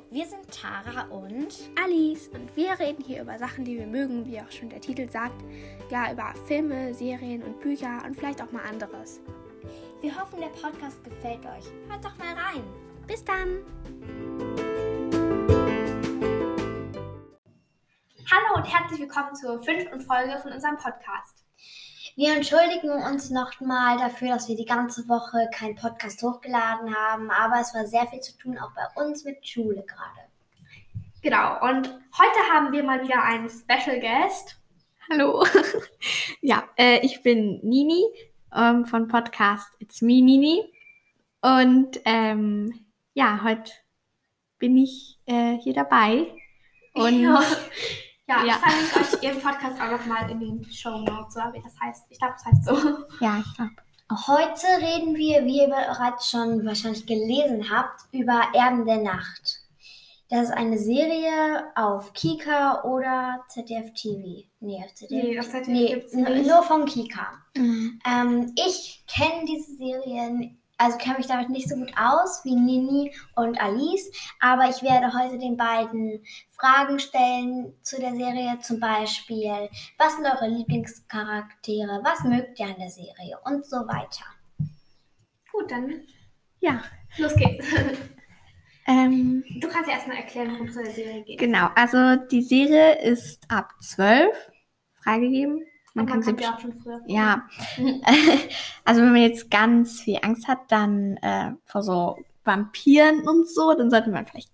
Wir sind Tara und Alice und wir reden hier über Sachen, die wir mögen, wie auch schon der Titel sagt. Ja, über Filme, Serien und Bücher und vielleicht auch mal anderes. wir hoffen, der Podcast gefällt euch. Hört doch mal rein. Bis dann! Hallo und herzlich willkommen zur 5. Folge von unserem Podcast. Wir entschuldigen uns nochmal dafür, dass wir die ganze Woche keinen Podcast hochgeladen haben, aber es war sehr viel zu tun, auch bei uns mit Schule gerade. Genau, und heute haben wir mal wieder einen Special Guest. Hallo! Ja, ich bin Nini von Podcast It's Me Nini und ja, heute bin ich hier dabei. Und Ja, ich verlinke euch ihren Podcast auch nochmal in den Shownotes, oder wie das heißt. Ich glaube, das heißt so. Ja, ich glaube. Heute reden wir, wie ihr bereits schon wahrscheinlich gelesen habt, über Erben der Nacht. Das ist eine Serie auf Kika oder ZDF TV. Nee, auf ZDF. Nee, auf ZDF gibt's nicht. Nur von Kika. Mhm. Ich kenne diese Serien, also kenne mich damit nicht so gut aus wie Nini und Alice, aber ich werde heute den beiden Fragen stellen zu der Serie, zum Beispiel, was sind eure Lieblingscharaktere, was mögt ihr an der Serie und so weiter. Gut, dann Ja. los geht's. Du kannst ja erstmal erklären, worum es in der Serie geht. Genau, also die Serie ist ab 12 freigegeben. Man kann sie ja auch schon früher. Ja, also wenn man jetzt ganz viel Angst hat, dann vor so Vampiren und so, dann sollte man vielleicht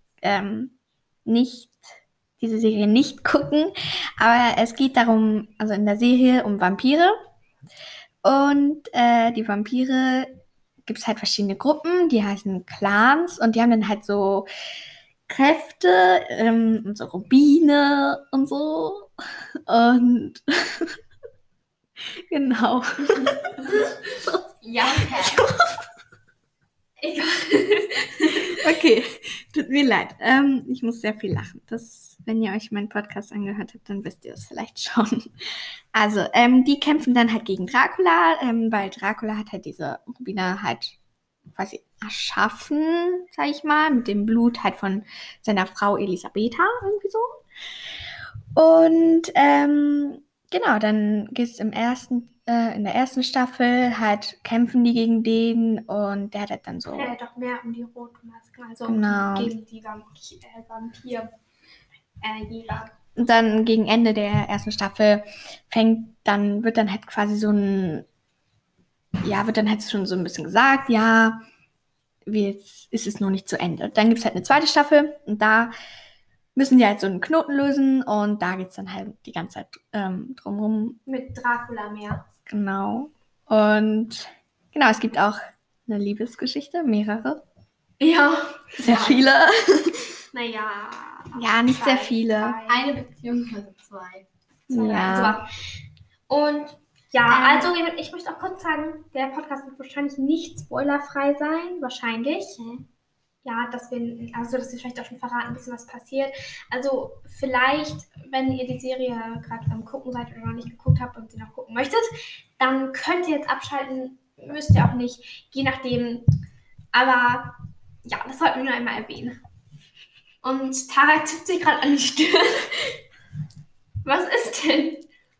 diese Serie nicht gucken. Aber es geht darum, also in der Serie um Vampire. Und die Vampire gibt es halt verschiedene Gruppen, die heißen Clans und die haben dann halt so Kräfte und so Rubine und so. Und genau. Ja, okay. Egal. Okay, tut mir leid. Ich muss sehr viel lachen. Wenn ihr euch meinen Podcast angehört habt, dann wisst ihr es vielleicht schon. Also, die kämpfen dann halt gegen Dracula, weil Dracula hat halt diese Rubine halt quasi erschaffen, sag ich mal, mit dem Blut halt von seiner Frau Elisabetha, irgendwie so. Und genau, dann geht es in der ersten Staffel halt kämpfen die gegen den und der hat halt dann so. Er hat doch mehr um die rote Maske, also Genau. gegen die Vampirjäger. Und dann gegen Ende der ersten Staffel wird dann halt quasi wird dann halt schon so ein bisschen gesagt, ja, jetzt ist es noch nicht zu Ende. Dann gibt es halt eine zweite Staffel und da müssen die halt so einen Knoten lösen und da geht es dann halt die ganze Zeit drumherum. Mit Dracula mehr. Genau. Und genau, es gibt auch eine Liebesgeschichte, mehrere. Ja. Sehr viele. Naja. Ja, nicht sehr viele. Eine beziehungsweise zwei. Ja. Und ja, also ich möchte auch kurz sagen, der Podcast wird wahrscheinlich nicht spoilerfrei sein. Wahrscheinlich. Ja, dass wir vielleicht auch schon verraten, ein bisschen was passiert. Also vielleicht, wenn ihr die Serie gerade am Gucken seid oder noch nicht geguckt habt und sie noch gucken möchtet, dann könnt ihr jetzt abschalten, müsst ihr auch nicht, je nachdem. Aber ja, das sollten wir nur einmal erwähnen. Und Tara tippt sich gerade an die Stirn. Was ist denn?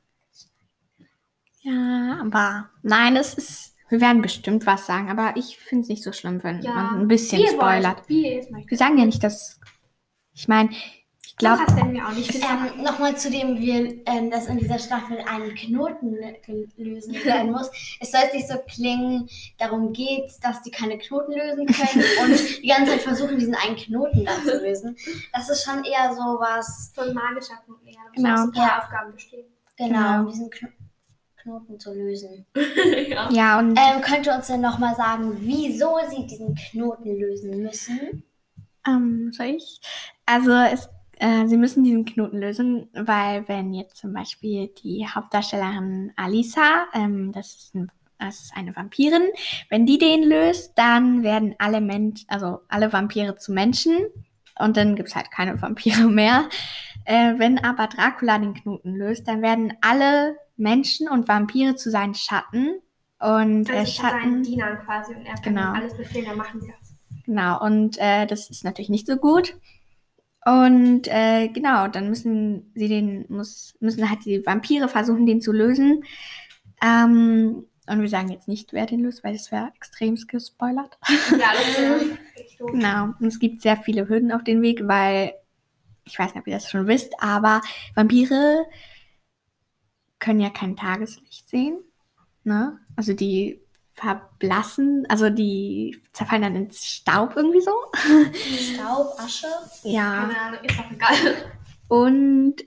Ja, aber nein, wir werden bestimmt was sagen, aber ich finde es nicht so schlimm, wenn man ein bisschen spoilert. Wie ihr es möchtet. Wir sagen ja nicht, dass, ich meine, ich glaube... Das werden wir auch nicht. Nochmal zu dem, dass in dieser Staffel ein Knoten lösen werden muss. Es soll jetzt nicht so klingen, darum geht es, dass die keine Knoten lösen können und die ganze Zeit versuchen, diesen einen Knoten dann zu lösen. Das ist schon eher so was... So ein magischer Knoten, ja. Genau. Aus ein paar Aufgaben besteht. Genau, um diesen Knoten zu lösen. Ja, und... könnt ihr uns denn nochmal sagen, wieso sie diesen Knoten lösen müssen? Soll ich? Also, sie müssen diesen Knoten lösen, weil wenn jetzt zum Beispiel die Hauptdarstellerin Alisa, das ist eine Vampirin, wenn die den löst, dann werden alle Vampire zu Menschen und dann gibt es halt keine Vampire mehr. Wenn aber Dracula den Knoten löst, dann werden alle Menschen und Vampire zu seinen Schatten und also zu Schatten seinen Dienern quasi und er kann Genau. alles befehlen, dann machen sie das. Genau, und das ist natürlich nicht so gut. Und genau, dann müssen halt die Vampire versuchen, den zu lösen. Und wir sagen jetzt nicht, wer den löst, weil es wäre extrem gespoilert. Ja, das ist echt doof. Genau, und es gibt sehr viele Hürden auf dem Weg, weil, ich weiß nicht, ob ihr das schon wisst, aber Vampire können ja kein Tageslicht sehen. Ne? Also die verblassen, also die zerfallen dann ins Staub irgendwie so. Staub, Asche. Ja. Keine Ahnung, ist auch egal. Und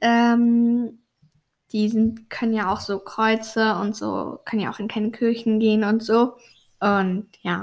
können ja auch so Kreuze und so, können ja auch in keine Kirchen gehen und so. Und ja.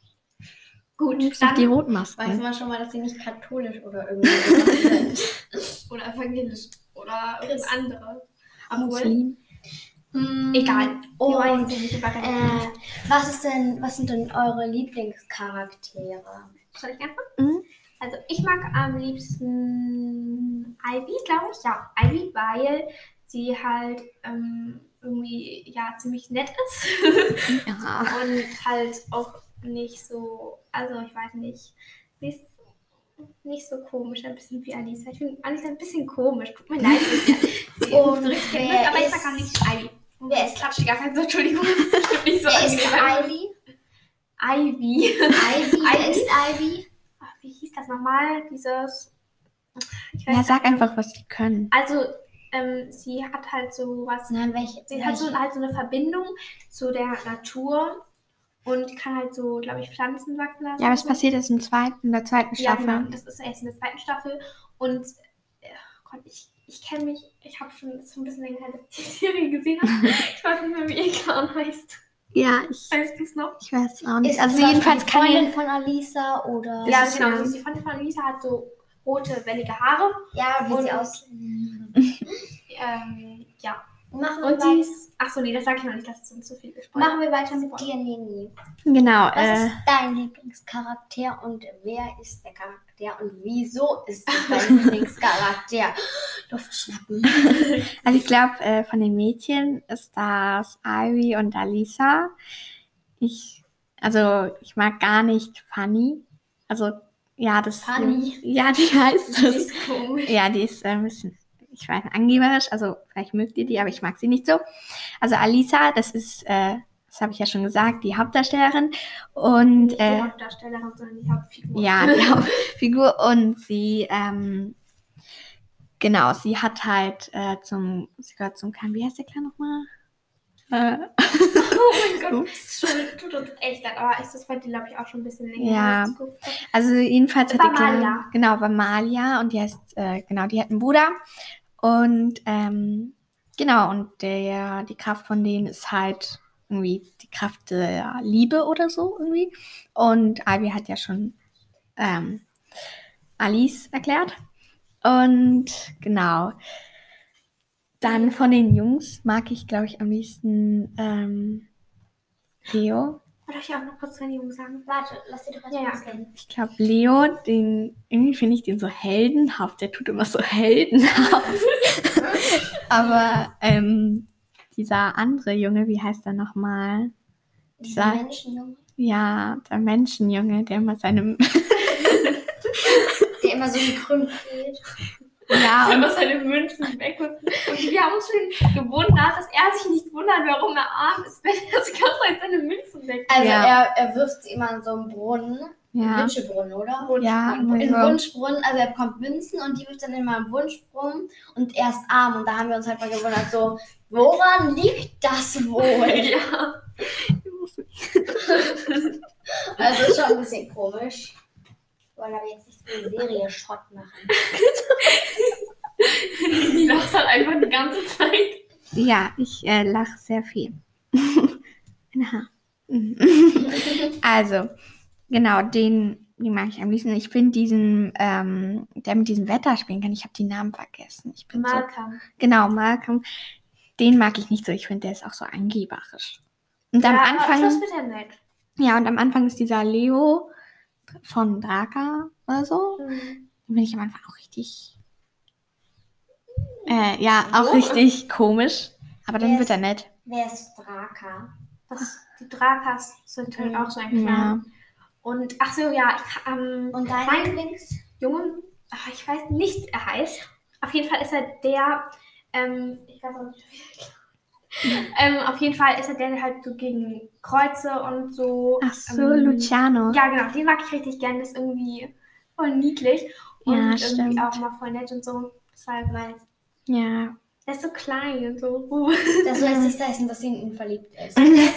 Gut, Dann dann die Rotmasken. Weiß man schon mal, dass sie nicht katholisch oder irgendwie sind. oder evangelisch oder irgendwas anderes. Obwohl, Muslim. egal. Und Wir wollen sie nicht überreden. was sind denn eure Lieblingscharaktere? Soll ich anfangen? Mhm. Also ich mag am liebsten Ivy, glaube ich. Ja, Ivy, weil sie halt irgendwie ja ziemlich nett ist. Ja. Und halt auch nicht so, also ich weiß nicht, sie ist nicht so komisch, ein bisschen wie Alisa. Ich finde Alisa ein bisschen komisch. Tut mir leid. Sie Und so richtig wer mit, aber ich ist- sag gar nicht Ivy. wer ist- klatscht die ganze Zeit so, Entschuldigung. Das stimmt nicht so Wer ist angenehm. Ivy? Ivy. Wer ist Ivy? Ach, wie hieß das nochmal? Dieses. Ich Ja, sag einfach, was die können. Also, sie hat halt so was. Nein, welche? Sie hat halt so eine Verbindung zu der Natur und kann halt so, glaube ich, Pflanzen wachsen lassen. Ja, was passiert ist in der zweiten Ja, Staffel. genau. Das ist erst in der zweiten Staffel. Und Gott, ich kenne mich, ich habe schon, das ist schon ein bisschen länger her, dass ich die Serie gesehen habe. Ich weiß nicht mehr, wie ihr Clown heißt. Ja, Weißt du es noch? ich weiß auch nicht. Ist Also zum jedenfalls Beispiel die kann Freundin ich... von Alisa oder... Ja, ist genau. ja- Die Freundin von Lisa hat so rote, wellige Haare. Ja, wie Und- sie aussehen. Ja. Machen wir, Und die ist. Achso, nee, das sage ich noch nicht, das ist uns zu viel gesprochen. machen wir weiter mit dir, Nini. Genau, Was ist dein Lieblingscharakter und wer ist der Charakter und wieso ist es dein Lieblingscharakter? Luft schnappen. also ich glaube, von den Mädchen ist das Ivy und Alisa. Ich mag gar nicht Fanny. Also, ja, das... Fanny? Ja, die heißt Die das. ist komisch. Ja, die ist ein bisschen, ich weiß nicht, angeberisch. Also, vielleicht mögt ihr die, aber ich mag sie nicht so. Also, Alisa, das ist, das habe ich ja schon gesagt, die Hauptdarstellerin. Und, Nicht die Hauptdarstellerin, sondern die Hauptfigur. ja, die Hauptfigur. Und sie, genau, sie hat halt sie gehört zum Clan, wie heißt der Clan nochmal? Oh mein Gott, Ups. tut uns echt leid, aber ist das bei dir, glaube ich, auch schon ein bisschen länger Ja. her, als ich geguckt habe. Also jedenfalls hat die Vamalia. Clan, genau, Vamalia und die heißt, genau, die hat einen Bruder und genau, und die Kraft von denen ist halt irgendwie die Kraft der Liebe oder so irgendwie. Und Ivy hat ja schon Alice erklärt. Und genau. Dann von den Jungs mag ich, glaube ich, am liebsten Leo. Wollte ich auch noch kurz zu den Jungen sagen. Warte, lass sie doch erst Ja, mal ja. ausreden. Ich glaube, Leo, irgendwie finde ich den so heldenhaft. Der tut immer so heldenhaft. Aber dieser andere Junge, wie heißt er nochmal? Dieser Menschenjunge, Ja, der Menschenjunge, der immer seine... der immer so gekrümmt geht. ja, und Aber seine Münzen weg. Und wir haben uns schon gewundert, dass er sich nicht wundert, warum er arm ist, wenn er die ganze Zeit seine Münzen weg. Also Ja. er wirft sie immer in so einen Brunnen. ja, Wünschebrunnen, oder? ja, In den Wunschbrunnen, also er bekommt Münzen und die wirft dann immer im Wunschbrunnen und er ist arm. Und da haben wir uns halt mal gewundert, so, woran liegt das wohl? Ja. Also ist schon ein bisschen komisch. Wir wollen aber jetzt nicht so eine Serie Schrott machen. Die lacht halt einfach die ganze Zeit. ja, ich lache sehr viel. Aha. Also, genau, den mag ich am liebsten. Ich finde diesen, der mit diesem Wetter spielen kann, ich habe die Namen vergessen. Ich bin so, Malcolm. genau, Malcolm, den mag ich nicht so. Ich finde, der ist auch so angeberisch. Und am Anfang, Das wird ja nett. ja, und am Anfang ist dieser Leo von Draka oder so. Den finde ich am Anfang auch richtig, ja, auch richtig komisch. Aber dann Wer wird ist- er nett. Wer ist Draka? Die Drakas sind halt auch so ein Ja. Clan. Und ach so, ja, Und dein mein Lieblings? Junge, ich weiß nicht, wie er heißt. Auf jeden Fall ist er der, ich weiß auch nicht, auf jeden Fall ist er der halt so gegen Kreuze und so. Ach so, Luciano. Ja, genau, den mag ich richtig gerne. Der ist irgendwie voll niedlich und Ja, irgendwie stimmt. auch mal voll nett und so. Deshalb, weil Ja. er ist so klein und so. Das soll jetzt nicht heißen, dass sie in ihn verliebt ist.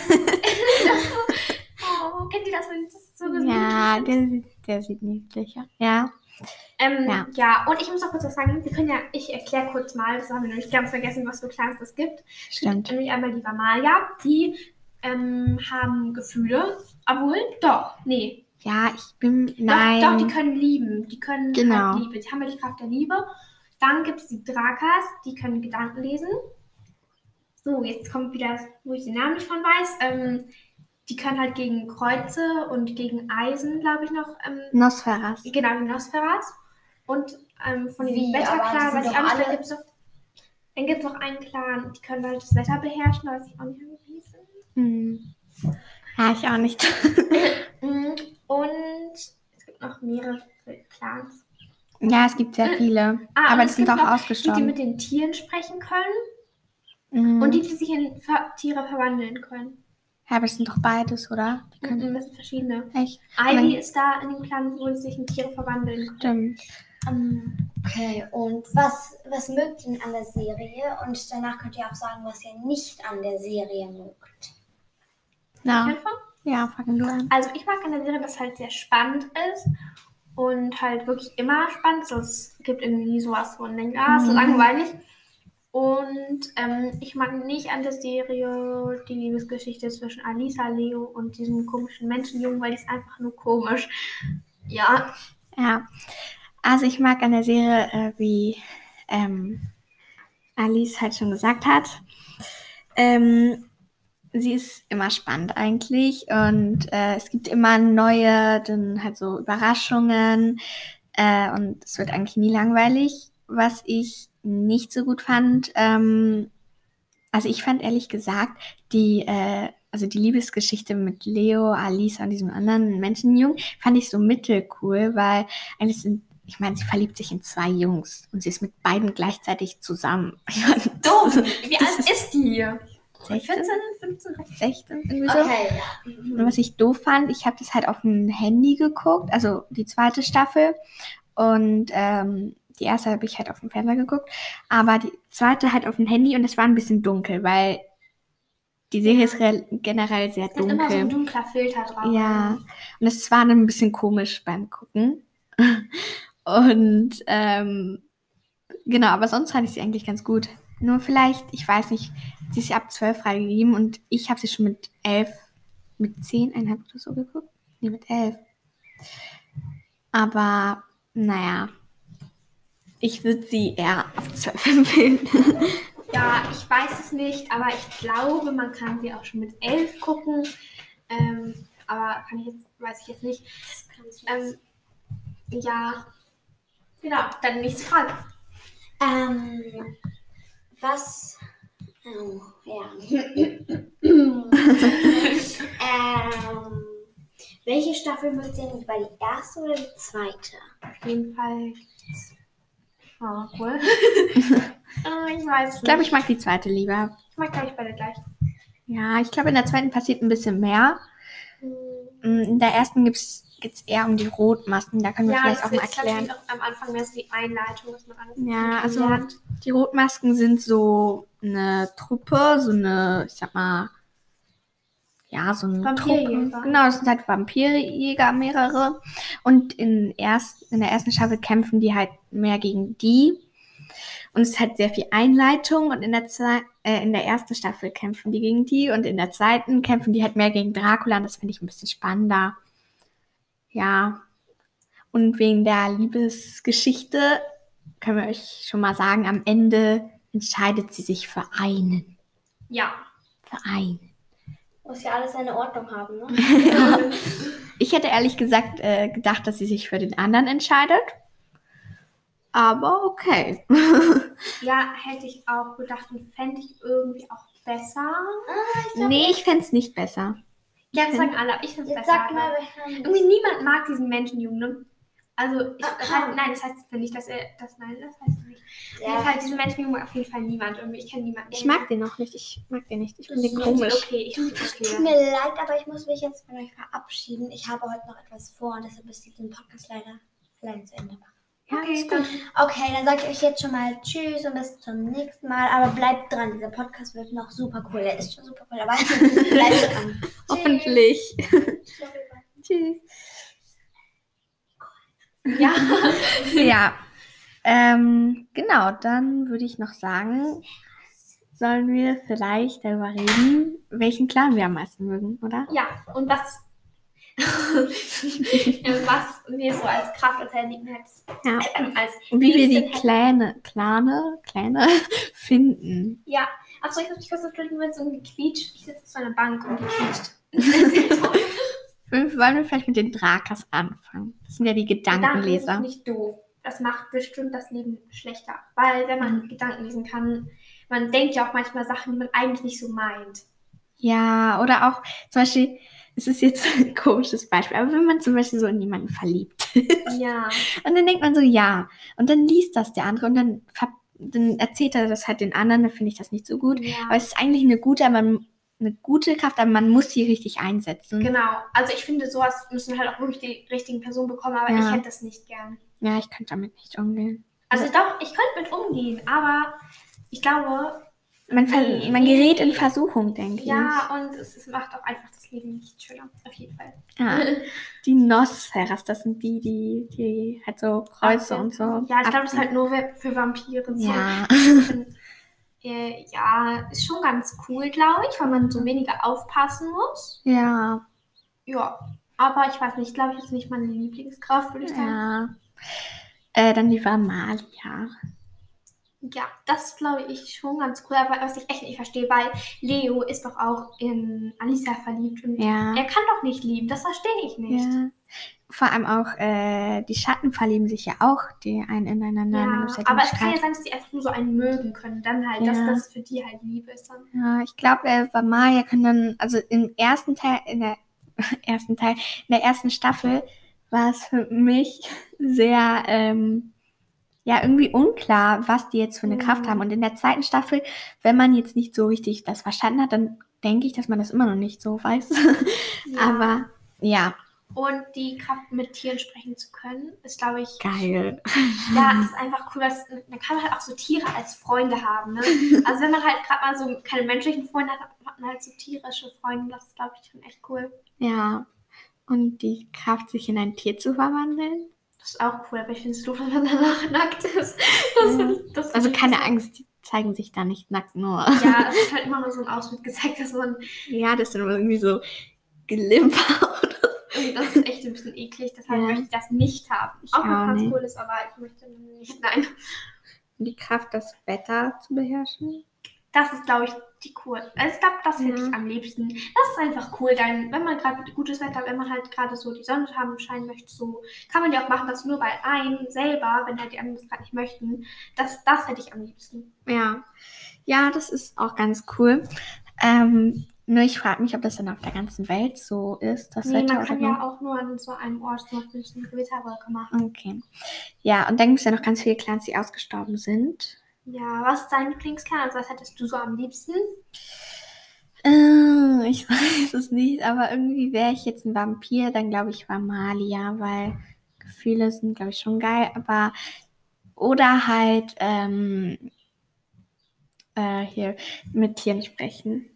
Oh, kennt ihr das? Das ist so gesund. Ja, der sieht niedlich aus. Ja. Ja, und ich muss auch kurz was sagen. Ich erkläre kurz mal, das haben wir nämlich ganz vergessen, was für Clans es gibt. Stimmt. Nämlich einmal die Vamalia, die haben Gefühle, obwohl, nee. Ja, nein. Doch, die können lieben. Die können Genau. halt Liebe. Die haben halt die Kraft der Liebe. Dann gibt es die Drakas, die können Gedanken lesen. So, jetzt kommt wieder, wo ich den Namen nicht von weiß. Die können halt gegen Kreuze und gegen Eisen, glaube ich, noch. Nosferas. Genau, die Nosferas. Und von den Wie, Wetterclan, aber die weiß sind ich auch doch nicht, alle- dann gibt es noch einen Clan, die können halt das Wetter beherrschen, weiß ich auch nicht, wie die hießen. Ja, ich auch nicht. Und es gibt noch mehrere Clans. Ja, es gibt sehr viele. Aber und die es sind gibt auch noch ausgestorben. Die mit den Tieren sprechen können Mhm. und die sich in Tiere verwandeln können. Ja, aber es sind doch beides, oder? Die können... Das sind verschiedene. Echt? Ivy ist da in dem Clan, wo sie sich in Tiere verwandeln können. Stimmt. Okay, und was mögt ihr an der Serie? Und danach könnt ihr auch sagen, was ihr nicht an der Serie mögt. Ja. Anfangen? Ja, fangen du an. Also ich mag an der Serie, dass es halt sehr spannend ist und halt wirklich immer spannend ist. Also es gibt irgendwie nie sowas, wo man denkt, ist langweilig. Und ich mag nicht an der Serie die Liebesgeschichte zwischen Alisa, Leo und diesem komischen Menschenjungen, weil die ist einfach nur komisch. Ja. Ja. Also ich mag an der Serie, wie Alice halt schon gesagt hat, sie ist immer spannend eigentlich und es gibt immer neue, dann halt so Überraschungen und es wird eigentlich nie langweilig. Was ich nicht so gut fand, also ich fand ehrlich gesagt die Liebesgeschichte mit Leo, Alice und diesem anderen Menschenjungen fand ich so mittelcool, weil eigentlich sie verliebt sich in 2 Jungs und sie ist mit beiden gleichzeitig zusammen. Dumm! Wie alt ist die? 16? 14, 15, 16, irgendwie so. Okay, ja. Und was ich doof fand, ich habe das halt auf dem Handy geguckt, also die 2. Staffel. Und die erste habe ich halt auf dem Fernseher geguckt, aber die 2. halt auf dem Handy und es war ein bisschen dunkel, weil die Serie ist generell sehr Da ist immer so ein dunkel. dunkler Filter drauf. Ja, und es war dann ein bisschen komisch beim Gucken. Und genau, aber sonst fand ich sie eigentlich ganz gut. Nur vielleicht, ich weiß nicht, sie ist ja ab 12 freigegeben und ich habe sie schon mit 11, mit 10,5 oder so geguckt. Nee, mit 11. Aber, naja, ich würde sie eher ab 12 empfehlen. Ja, ich weiß es nicht, aber ich glaube, man kann sie auch schon mit 11 gucken. Aber weiß ich jetzt nicht. Ja, genau, dann nächste Frage. Was? Oh, ja. Welche Staffel mögt ihr lieber, die erste oder die 2.? Auf jeden Fall. Oh, cool. Ich weiß Ich glaube, ich mag die 2. lieber. Ich mag gleich beide gleich. Ja, ich glaube, in der 2. passiert ein bisschen mehr. In der ersten geht's eher um die Rotmasken. Da können wir vielleicht auch mal erklären. Auch am Anfang mehr so die Einleitung, dass man alles Ja, also lernt. die Rotmasken sind so eine Truppe, so eine, ich sag mal, ja, so eine Vampirjäger. Truppe. Genau, das sind halt Vampirjäger, mehrere. Und in der ersten Staffel kämpfen die halt mehr gegen die. Und es ist halt sehr viel Einleitung. Und in der ersten Staffel kämpfen die gegen die. Und in der 2. kämpfen die halt mehr gegen Dracula. Und das finde ich ein bisschen spannender. Ja. Und wegen der Liebesgeschichte können wir euch schon mal sagen, am Ende entscheidet sie sich für einen. Ja. Für einen. Muss ja alles seine Ordnung haben, ne? Ich hätte ehrlich gesagt gedacht, dass sie sich für den anderen entscheidet. Aber okay. Ja, hätte ich auch gedacht und fände ich irgendwie auch besser. Nee, ich fände es nicht besser. Ja, das sagen alle, aber ich finde es Jetzt besser. sag mal, Irgendwie niemand mag diesen Menschenjungen. Ne? Also, das heißt ja nicht, dass er, nein, das heißt ja nicht. Auf jeden Fall, diesen Menschen mag auf jeden Fall niemand irgendwie. Ich kenne niemanden. Ich mag den noch nicht. Ich finde den komisch. Okay, Tut mir leid, aber ich muss mich jetzt von euch verabschieden. Ich habe heute noch etwas vor und deshalb ist diesen Podcast leider zu Ende machen. Ja, Okay, ist gut. Okay, dann sage ich euch jetzt schon mal Tschüss und bis zum nächsten Mal. Aber bleibt dran, dieser Podcast wird noch super cool. Er ist schon super cool, aber bleibt dran. Hoffentlich. Tschüss. Ja. Ja. Genau, dann würde ich noch sagen, sollen wir vielleicht darüber reden, welchen Clan wir am meisten mögen, oder? Ja, und was wir so als Kraft als Helden Ja. als Und wie wir die liebsten Clane finden. Ja, achso, ich muss mich kurz entschuldigen, wenn es irgendwie quietscht. Ich sitze auf so einer Bank und die quietscht. Wollen wir vielleicht mit den Drakas anfangen? Das sind ja die Gedankenleser. Gedanken ist nicht doof. Das macht bestimmt das Leben schlechter. Weil wenn man Gedanken lesen kann, man denkt ja auch manchmal Sachen, die man eigentlich nicht so meint. Ja, oder auch zum Beispiel, es ist jetzt ein komisches Beispiel, aber wenn man zum Beispiel so in jemanden verliebt ist Ja. und dann denkt man so, ja, und dann liest das der andere und dann erzählt er das halt den anderen, dann finde ich das nicht so gut. Ja. Aber es ist eigentlich eine gute Kraft, aber man muss sie richtig einsetzen. Genau. Also ich finde, sowas müssen halt auch wirklich die richtigen Personen bekommen, aber Ja. ich hätte das nicht gern. Ja, ich könnte damit nicht umgehen. Also doch, ich könnte mit umgehen, aber ich glaube, Man gerät in Versuchung, denke ich. ja, und es macht auch einfach das Leben nicht schöner. Auf jeden Fall. Ja. Die Nosferas, das sind die halt so Kreuze und so. Ja, ich glaube, das ist halt nur für Vampire. So. Ja. Ja, ist schon ganz cool, glaube ich, weil man so weniger aufpassen muss. Ja. Ja, aber ich weiß nicht, glaube ich, das ist nicht meine Lieblingskraft, würde ich sagen. Ja. Dann die Amalia. Ja, das ist, glaube ich, schon ganz cool, aber was ich echt nicht verstehe, weil Leo ist doch auch in Alisa verliebt und Ja. er kann doch nicht lieben, das verstehe ich nicht. Ja. Vor allem auch die Schatten verlieben sich ja auch die einen ineinander. Ja, Dann gibt's aber es kann Streit. ja sein, dass die einfach nur so einen mögen können, dann halt, Ja. dass das für die halt Liebe ist dann. Ja, ich glaube, Amalia kann dann, also in der ersten Staffel war es für mich sehr, ja, irgendwie unklar, was die jetzt für eine Kraft haben. Und in der zweiten Staffel, wenn man jetzt nicht so richtig das verstanden hat, dann denke ich, dass man das immer noch nicht so weiß. Ja. Aber ja, Und die Kraft mit Tieren sprechen zu können, ist, glaube ich, geil. ja, ist einfach cool, dass man kann halt auch so Tiere als Freunde haben, ne? Also wenn man halt gerade mal so keine menschlichen Freunde hat, hat man halt so tierische Freunde, das ist, glaube ich, schon echt cool. Ja. Und die Kraft, sich in ein Tier zu verwandeln. Das ist auch cool, aber ich finde es doof, wenn man danach nackt ist. Das Also keine Angst, die zeigen sich da nicht nackt nur. Ja, es ist halt immer nur so ein Ausschnitt gezeigt, dass man, Ja, das ist dann irgendwie so Glimmer oder so. und das ist echt ein bisschen eklig, deshalb Ja. möchte ich das nicht haben. Ich Auch wenn auch es ganz nicht. cool ist, aber ich möchte nicht, nein. Die Kraft, das Wetter zu beherrschen. Das ist, glaube ich, die cool. Also ich glaube, das hätte Ja. ich am liebsten. Das ist einfach cool, dann, wenn man gerade gutes Wetter hat, wenn man halt gerade so die Sonne haben scheinen möchte, so kann man ja auch machen, das nur bei einem selber, wenn halt die anderen das gerade nicht möchten. Das hätte ich am liebsten. Ja. Ja, das ist auch ganz cool. Nur ich frage mich, ob das dann auf der ganzen Welt so ist, das Nee, Wetter man kann oder ja auch nur an so einem Ort zum Beispiel so eine Gewitterwolke machen. Okay. Ja, und dann gibt es ja noch ganz viele Clans, die ausgestorben sind. Ja, was ist dein Lieblingsklan? Also was hättest du so am liebsten? Ich weiß es nicht, aber irgendwie wäre ich jetzt ein Vampir, dann glaube ich Amalia, weil Gefühle sind, glaube ich, schon geil, aber oder halt hier mit Tieren sprechen.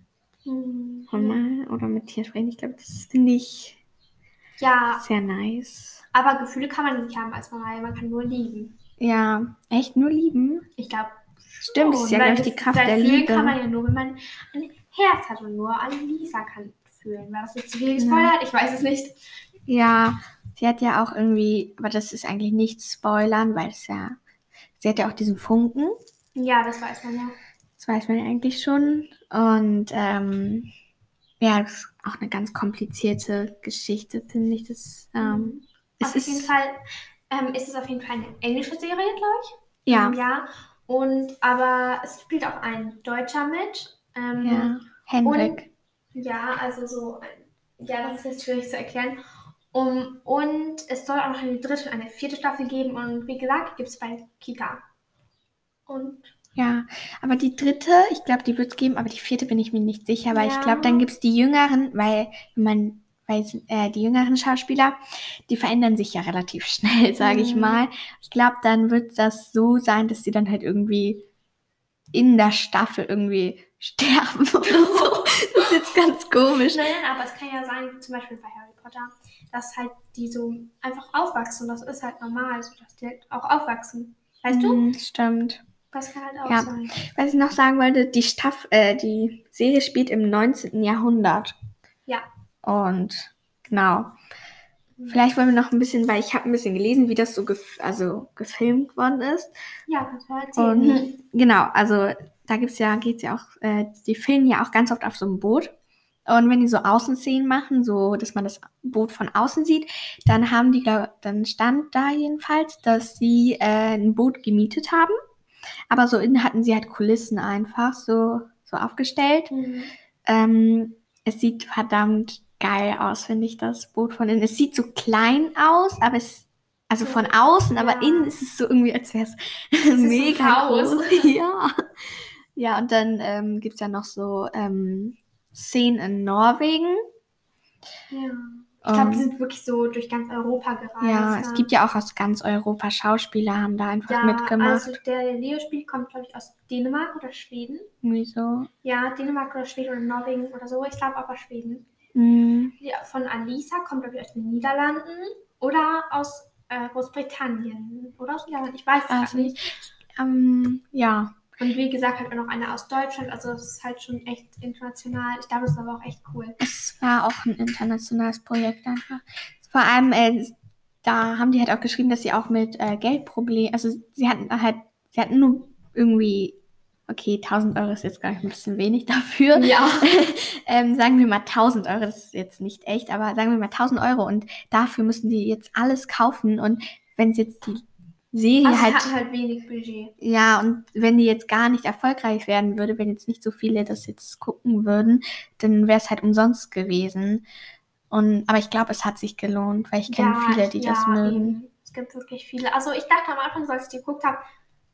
Oder mit Tieren sprechen. Ich glaube, das finde ich Ja, sehr nice. aber Gefühle kann man nicht haben als man kann nur lieben. Ja, echt nur lieben. Ich glaube, Stimmt, das ist ja, glaube ich, die Kraft der fühlen Liebe. kann man ja nur, wenn man ein Herz hat und nur Lisa kann fühlen. War das nicht zu viel gespoilert? Ich weiß es nicht. Ja, sie hat ja auch irgendwie, aber das ist eigentlich nicht spoilern, weil es ja, sie hat ja auch diesen Funken. Ja, das weiß man ja. Das weiß man ja eigentlich schon. Und ja, das ist auch eine ganz komplizierte Geschichte, finde ich. Das, Auf jeden Fall ist es auf jeden Fall eine englische Serie, glaube ich. Ja. Ja. Aber es spielt auch ein Deutscher mit. Ja, Henrik. Ja, also so, ja, das ist jetzt schwierig zu erklären. Und es soll auch noch eine dritte und eine vierte Staffel geben. Und wie gesagt, gibt es bei Kika. Und Ja, aber die dritte, ich glaube, die wird es geben, aber die vierte bin ich mir nicht sicher, weil ich Ja. glaube, dann gibt es die Jüngeren, weil die jüngeren Schauspieler, die verändern sich ja relativ schnell, sage ich mal. Ich glaube, dann wird das so sein, dass sie dann halt irgendwie in der Staffel irgendwie sterben oder so. Das ist jetzt ganz komisch. Nein, aber es kann ja sein, zum Beispiel bei Harry Potter, dass halt die so einfach aufwachsen. Das ist halt normal, so dass die halt auch aufwachsen. Weißt du? Stimmt. Das kann halt auch Ja. sein. Was ich noch sagen wollte, die Serie spielt im 19. Jahrhundert. Ja. Und genau. Vielleicht wollen wir noch ein bisschen, weil ich habe ein bisschen gelesen, wie das so gefilmt worden ist. Ja, kannst du erzählen. Und genau, also da geht's ja auch, die filmen ja auch ganz oft auf so einem Boot. Und wenn die so Außenszenen machen, so dass man das Boot von außen sieht, dann dann stand da jedenfalls, dass sie ein Boot gemietet haben. Aber so innen hatten sie halt Kulissen einfach so aufgestellt. Es sieht verdammt geil aus, finde ich, das Boot von innen. Es sieht so klein aus, aber also von außen, aber innen ist es so irgendwie, als wäre es mega groß. Ja, und dann gibt es ja noch so Szenen in Norwegen. Ja. Ich glaube, die sind wirklich so durch ganz Europa gereist. Ja, es gibt ja auch aus ganz Europa Schauspieler, haben da einfach mitgemacht. Also der Leo spielt, kommt, glaube ich, aus Dänemark oder Schweden. Wieso? Ja, Dänemark oder Schweden oder Norwegen oder so. Ich glaube aber Schweden. Ja, von Alisa kommt, glaube ich, aus den Niederlanden oder aus Großbritannien. Oder aus Niederlanden, ich weiß es Also, nicht. Ja. Und wie gesagt, halt auch noch eine aus Deutschland. Also es ist halt schon echt international. Ich glaube, es ist aber auch echt cool. Es war auch ein internationales Projekt einfach. Vor allem, da haben die halt auch geschrieben, dass sie auch mit Geldproblemen, also sie hatten nur irgendwie, okay, 1.000 Euro ist jetzt gar nicht ein bisschen wenig dafür. Ja. Sagen wir mal 1.000 Euro, das ist jetzt nicht echt, aber sagen wir mal 1.000 Euro und dafür müssen die jetzt alles kaufen und wenn es jetzt die Serie Also sie hatten halt wenig Budget. Ja, und wenn die jetzt gar nicht erfolgreich werden würde, wenn jetzt nicht so viele das jetzt gucken würden, dann wäre es halt umsonst gewesen. Aber ich glaube, es hat sich gelohnt, weil ich kenne viele, die das mögen. Eben. Es gibt wirklich viele. Also ich dachte am Anfang, als ich die geguckt habe,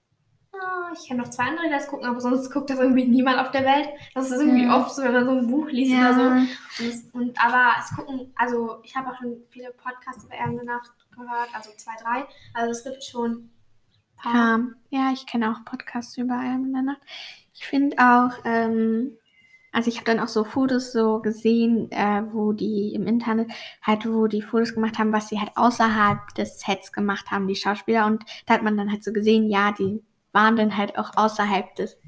ich kenne noch 2 andere, die das gucken, aber sonst guckt das irgendwie niemand auf der Welt. Das ist irgendwie oft so, wenn man so ein Buch liest oder so. Aber es gucken, also ich habe auch schon viele Podcasts über Erben Nacht gehört, also 2, 3. Also es gibt schon ein paar. Ja, ich kenne auch Podcasts über Erben der Nacht. Ich finde auch, also ich habe dann auch so Fotos so gesehen, wo die im Internet halt, wo die Fotos gemacht haben, was sie halt außerhalb des Sets gemacht haben, die Schauspieler. Und da hat man dann halt so gesehen, ja, die waren dann halt auch außerhalb des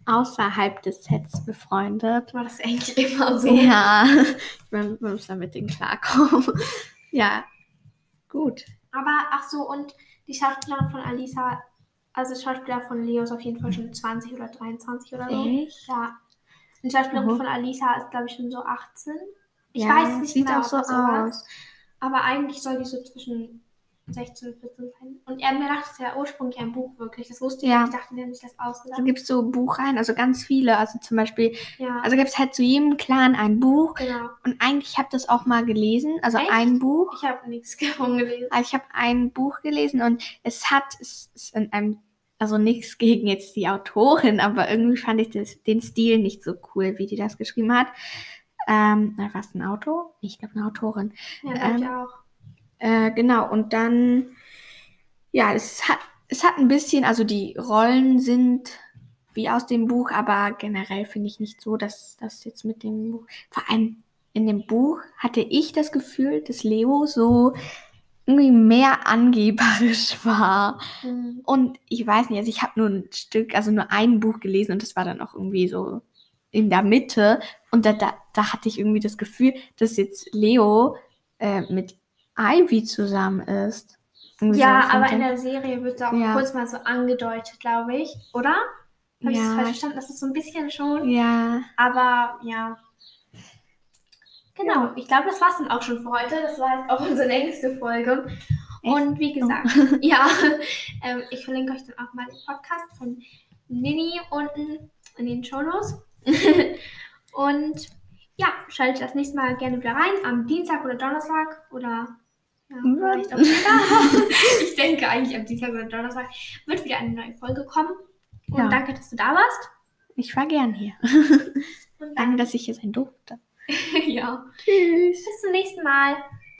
Sets befreundet. War das eigentlich immer so? Ja, man muss dann mit denen klarkommen. Ja, gut. Aber, ach so, und die Schauspielerin von Alisa, also Schauspieler von Leo ist auf jeden Fall schon 20 oder 23 oder so. Echt? Ja. Die Schauspielerin von Alisa ist, glaube ich, schon so 18. Ich Ja, weiß es nicht sieht genau, auch so ob das so war. aus. Aber eigentlich soll die so zwischen 16 und 14 sein. Und er mir dachte, es ja ursprünglich ein Buch wirklich. Das wusste ich Ja. nicht. Ich dachte, der hat sich das ausgedacht. Da gibt es so Buchreihen, also ganz viele. Also zum Beispiel, Ja, also gibt es halt zu jedem Clan ein Buch. genau. Und eigentlich habe ich das auch mal gelesen, also Echt? ein Buch. Ich habe nichts davon gelesen. Also ich habe ein Buch gelesen und es ist in einem, also nichts gegen jetzt die Autorin, aber irgendwie fand ich den Stil nicht so cool, wie die das geschrieben hat. War es ein Autor? Ich glaube eine Autorin. Ja, glaube ich auch. Genau, und dann, ja, es hat ein bisschen, also die Rollen sind wie aus dem Buch, aber generell finde ich nicht so, dass das jetzt mit dem Buch, vor allem in dem Buch hatte ich das Gefühl, dass Leo so irgendwie mehr angeberisch war. Und ich weiß nicht, also ich habe nur ein Buch gelesen und das war dann auch irgendwie so in der Mitte und da hatte ich irgendwie das Gefühl, dass jetzt Leo mit Ivy zusammen ist. Irgendwie Ja, so, aber in der Serie wird es auch Ja. kurz mal so angedeutet, glaube ich. Oder? Habe ich das falsch verstanden? Das ist so ein bisschen schon. Ja, Aber ja. Genau, ich glaube, das war es dann auch schon für heute. Das war jetzt auch unsere längste Folge. Und wie gesagt, ja, ich verlinke euch dann auch mal den Podcast von Nini unten in den Shownotes. Und ja, schaltet das nächste Mal gerne wieder rein, am Dienstag oder Donnerstag oder Ja, Wann? vielleicht auch später. Ich denke eigentlich am Dienstag oder Donnerstag wird wieder eine neue Folge kommen. Und Ja. danke, dass du da warst. Ich war gern hier. Und Danke, dass ich hier sein durfte. ja. Tschüss. Bis zum nächsten Mal.